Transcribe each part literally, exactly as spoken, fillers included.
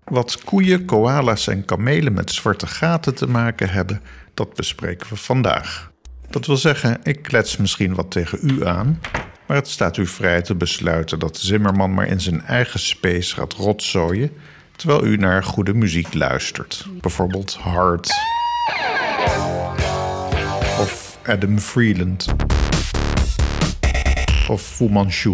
Wat koeien, koala's en kamelen met zwarte gaten te maken hebben, dat bespreken we vandaag. Dat wil zeggen, ik klets misschien wat tegen u aan, maar het staat u vrij te besluiten dat Zimmerman maar in zijn eigen space gaat rotzooien, terwijl u naar goede muziek luistert. Bijvoorbeeld Hard. Of Adam Freeland. Of Fu Manchu.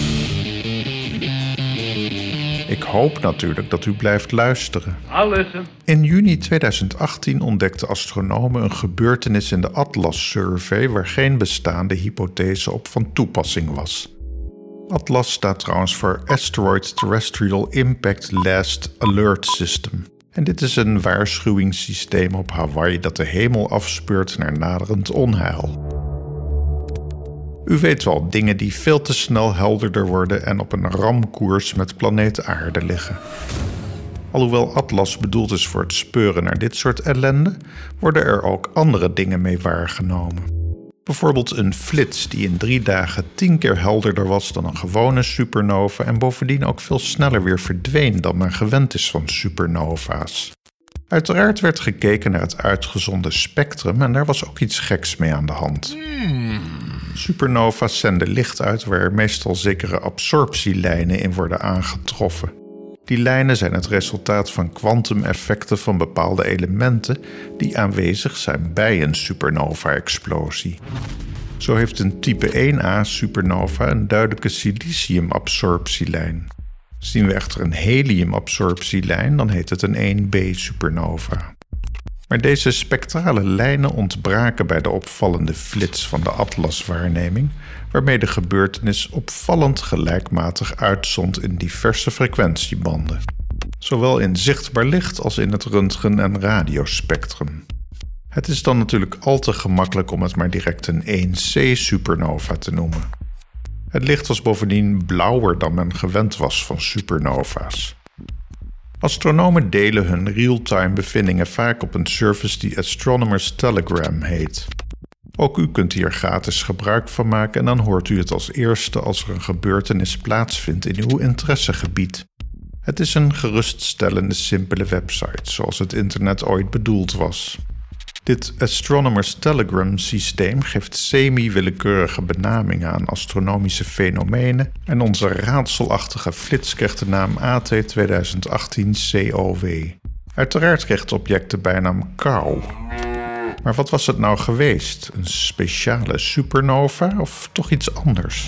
Ik hoop natuurlijk dat u blijft luisteren. In juni tweeduizend achttien ontdekten astronomen een gebeurtenis in de Atlas Survey waar geen bestaande hypothese op van toepassing was. Atlas staat trouwens voor Asteroid Terrestrial Impact Last Alert System. En dit is een waarschuwingssysteem op Hawaii dat de hemel afspeurt naar naderend onheil. U weet wel, dingen die veel te snel helderder worden en op een ramkoers met planeet Aarde liggen. Alhoewel Atlas bedoeld is voor het speuren naar dit soort ellende, worden er ook andere dingen mee waargenomen. Bijvoorbeeld een flits die in drie dagen tien keer helderder was dan een gewone supernova en bovendien ook veel sneller weer verdween dan men gewend is van supernova's. Uiteraard werd gekeken naar het uitgezonden spectrum en daar was ook iets geks mee aan de hand. Supernova's zenden licht uit waar er meestal zekere absorptielijnen in worden aangetroffen. Die lijnen zijn het resultaat van kwantumeffecten van bepaalde elementen die aanwezig zijn bij een supernova-explosie. Zo heeft een type één a supernova een duidelijke siliciumabsorptielijn. Zien we echter een heliumabsorptielijn, dan heet het een één b supernova. Maar deze spectrale lijnen ontbraken bij de opvallende flits van de Atlas-waarneming, waarmee de gebeurtenis opvallend gelijkmatig uitzond in diverse frequentiebanden. Zowel in zichtbaar licht als in het röntgen- en radiospectrum. Het is dan natuurlijk al te gemakkelijk om het maar direct een één c supernova te noemen. Het licht was bovendien blauwer dan men gewend was van supernova's. Astronomen delen hun real-time bevindingen vaak op een service die Astronomers Telegram heet. Ook u kunt hier gratis gebruik van maken en dan hoort u het als eerste als er een gebeurtenis plaatsvindt in uw interessegebied. Het is een geruststellende simpele website, zoals het internet ooit bedoeld was. Dit Astronomers Telegram systeem geeft semi-willekeurige benamingen aan astronomische fenomenen en onze raadselachtige flits krijgt de naam A T tweeduizend achttien C O W. Uiteraard kreeg het object de bijnaam Kou. Maar wat was het nou geweest? Een speciale supernova of toch iets anders?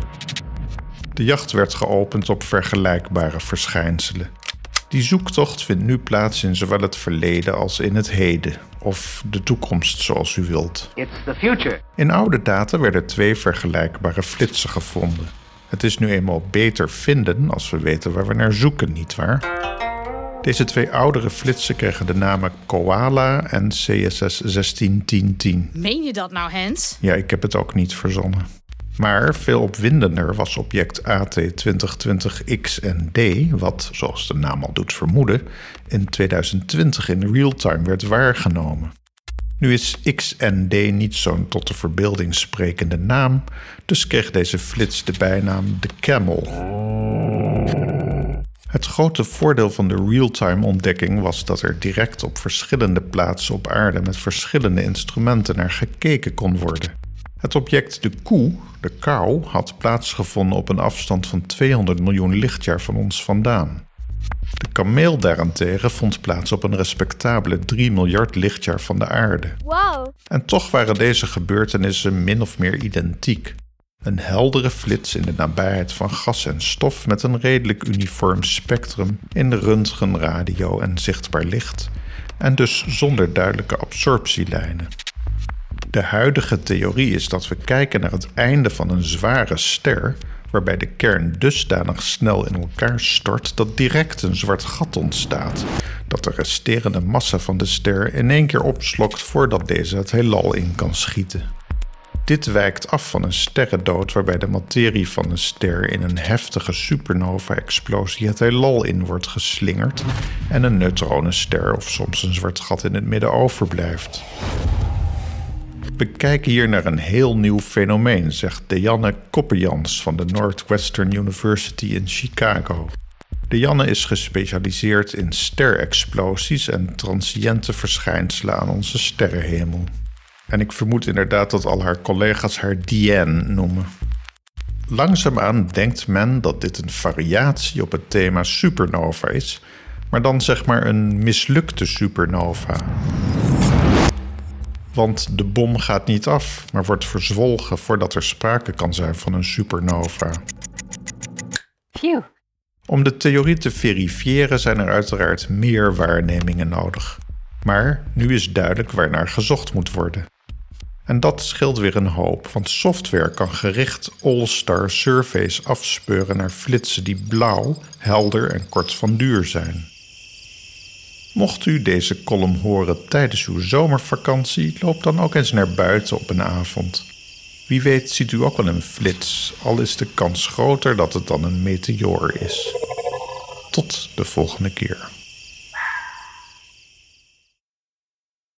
De jacht werd geopend op vergelijkbare verschijnselen. Die zoektocht vindt nu plaats in zowel het verleden als in het heden, of de toekomst zoals u wilt. It's the future. In oude data werden twee vergelijkbare flitsen gevonden. Het is nu eenmaal beter vinden als we weten waar we naar zoeken, nietwaar? Deze twee oudere flitsen kregen de namen Koala en C S S zestien tien tien. Meen je dat nou, Hans? Ja, ik heb het ook niet verzonnen. Maar veel opwindender was object A T twintig twintig X N D, wat, zoals de naam al doet vermoeden, in tweeduizend twintig in real-time werd waargenomen. Nu is X N D niet zo'n tot de verbeelding sprekende naam, dus kreeg deze flits de bijnaam de Camel. Het grote voordeel van de real-time ontdekking was dat er direct op verschillende plaatsen op aarde met verschillende instrumenten naar gekeken kon worden. Het object de koe, de kou, had plaatsgevonden op een afstand van tweehonderd miljoen lichtjaar van ons vandaan. De kameel daarentegen vond plaats op een respectabele drie miljard lichtjaar van de aarde. Wow. En toch waren deze gebeurtenissen min of meer identiek. Een heldere flits in de nabijheid van gas en stof met een redelijk uniform spectrum in de röntgen, radio en zichtbaar licht, en dus zonder duidelijke absorptielijnen. De huidige theorie is dat we kijken naar het einde van een zware ster, waarbij de kern dusdanig snel in elkaar stort dat direct een zwart gat ontstaat, dat de resterende massa van de ster in één keer opslokt voordat deze het heelal in kan schieten. Dit wijkt af van een sterrendood waarbij de materie van een ster in een heftige supernova-explosie het heelal in wordt geslingerd en een neutronenster of soms een zwart gat in het midden overblijft. We kijken hier naar een heel nieuw fenomeen, zegt Deanne Koppejans van de Northwestern University in Chicago. De Janne is gespecialiseerd in sterexplosies en transiënte verschijnselen aan onze sterrenhemel. En ik vermoed inderdaad dat al haar collega's haar Diane noemen. Langzaamaan denkt men dat dit een variatie op het thema supernova is, maar dan zeg maar een mislukte supernova. Want de bom gaat niet af, maar wordt verzwolgen voordat er sprake kan zijn van een supernova. Phew. Om de theorie te verifiëren zijn er uiteraard meer waarnemingen nodig. Maar nu is duidelijk waarnaar gezocht moet worden. En dat scheelt weer een hoop, want software kan gericht all-star surveys afspeuren naar flitsen die blauw, helder en kort van duur zijn. Mocht u deze column horen tijdens uw zomervakantie, loop dan ook eens naar buiten op een avond. Wie weet ziet u ook wel een flits, al is de kans groter dat het dan een meteoor is. Tot de volgende keer.